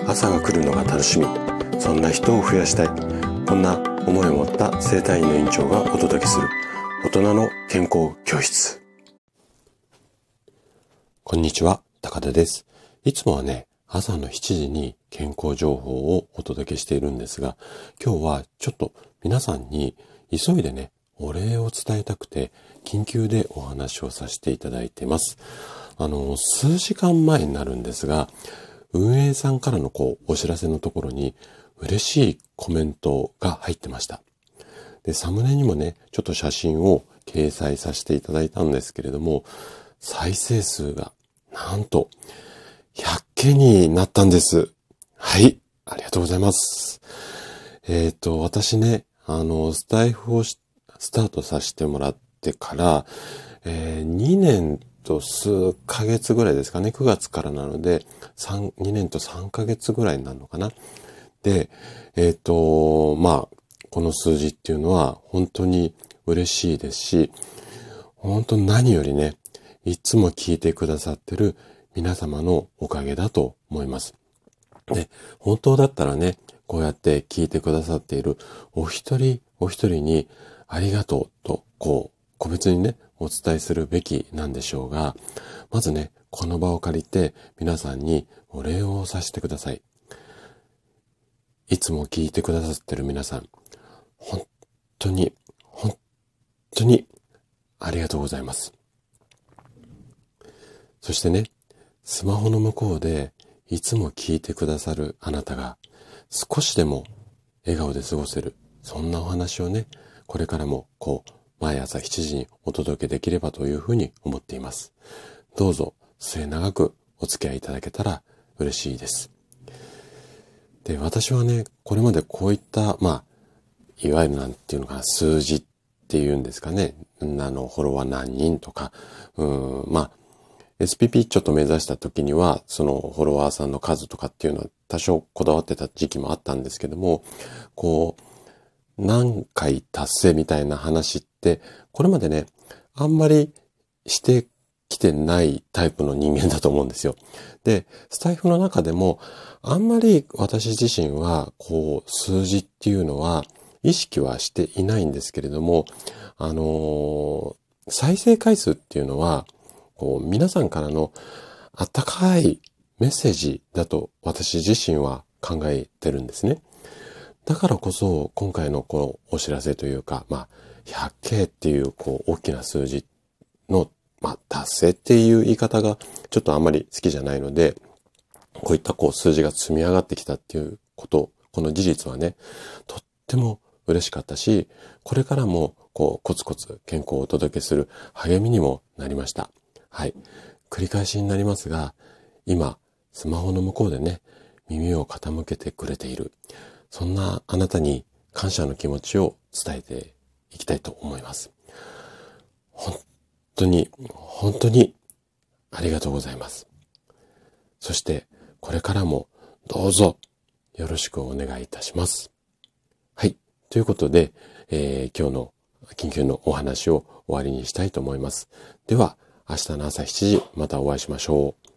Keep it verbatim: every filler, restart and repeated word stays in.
朝が来るのが楽しみ、そんな人を増やしたい、こんな思いを持った生体院の院長がお届けする大人の健康教室。こんにちは、高田です。いつもはね、朝のしちじに健康情報をお届けしているんですが、今日はちょっと皆さんに急いでね、お礼を伝えたくて緊急でお話をさせていただいています。あの、数時間前になるんですが、運営さんからのこうお知らせのところに嬉しいコメントが入ってました。で、サムネにもね、ちょっと写真を掲載させていただいたんですけれども、再生数がなんとひゃっけいになったんです。はい、ありがとうございます。えっと、私ね、あの、スタイフをスタートさせてもらってから、えー、にねんと数ヶ月ぐらいですかね。くがつからなので、にねんとさんかげつぐらいになるのかな。で、えっと、まあ、この数字っていうのは本当に嬉しいですし、本当に何よりね、いつも聞いてくださってる皆様のおかげだと思います。で、本当だったらね、こうやって聞いてくださっているお一人お一人にありがとうと、こう、個別にね、お伝えするべきなんでしょうが、まずね、この場を借りて皆さんにお礼をさせてください。いつも聞いてくださってる皆さん、本当に、本当にありがとうございます。そしてね、スマホの向こうでいつも聞いてくださるあなたが少しでも笑顔で過ごせる、そんなお話をね、これからもこう、毎朝しちじにお届けできればというふうに思っています。どうぞ末永くお付き合いいただけたら嬉しいです。で、私はね、これまでこういった、まあ、いわゆるなんていうのかな、数字っていうんですかね、あの、フォロワー何人とか、うん、まあ、エスピーピー ちょっと目指した時には、そのフォロワーさんの数とかっていうのは多少こだわってた時期もあったんですけども、こう、何回達成みたいな話って、これまでね、あんまりしてきてないタイプの人間だと思うんですよ。で、スタイフの中でも、あんまり私自身は、こう、数字っていうのは意識はしていないんですけれども、あのー、再生回数っていうのは、こう、皆さんからのあったかいメッセージだと私自身は考えてるんですね。だからこそ、今回のこのお知らせというか、まあ、ひゃっけいっていう、こう、大きな数字の、まあ、達成っていう言い方がちょっとあんまり好きじゃないので、こういったこう、数字が積み上がってきたっていうこと、この事実はね、とっても嬉しかったし、これからも、こう、コツコツ健康をお届けする励みにもなりました。はい。繰り返しになりますが、今、スマホの向こうでね、耳を傾けてくれている。そんなあなたに感謝の気持ちを伝えていきたいと思います。本当に、本当にありがとうございます。そして、これからもどうぞよろしくお願いいたします。はい。ということで、えー、今日の緊急のお話を終わりにしたいと思います。では、明日の朝しちじまたお会いしましょう。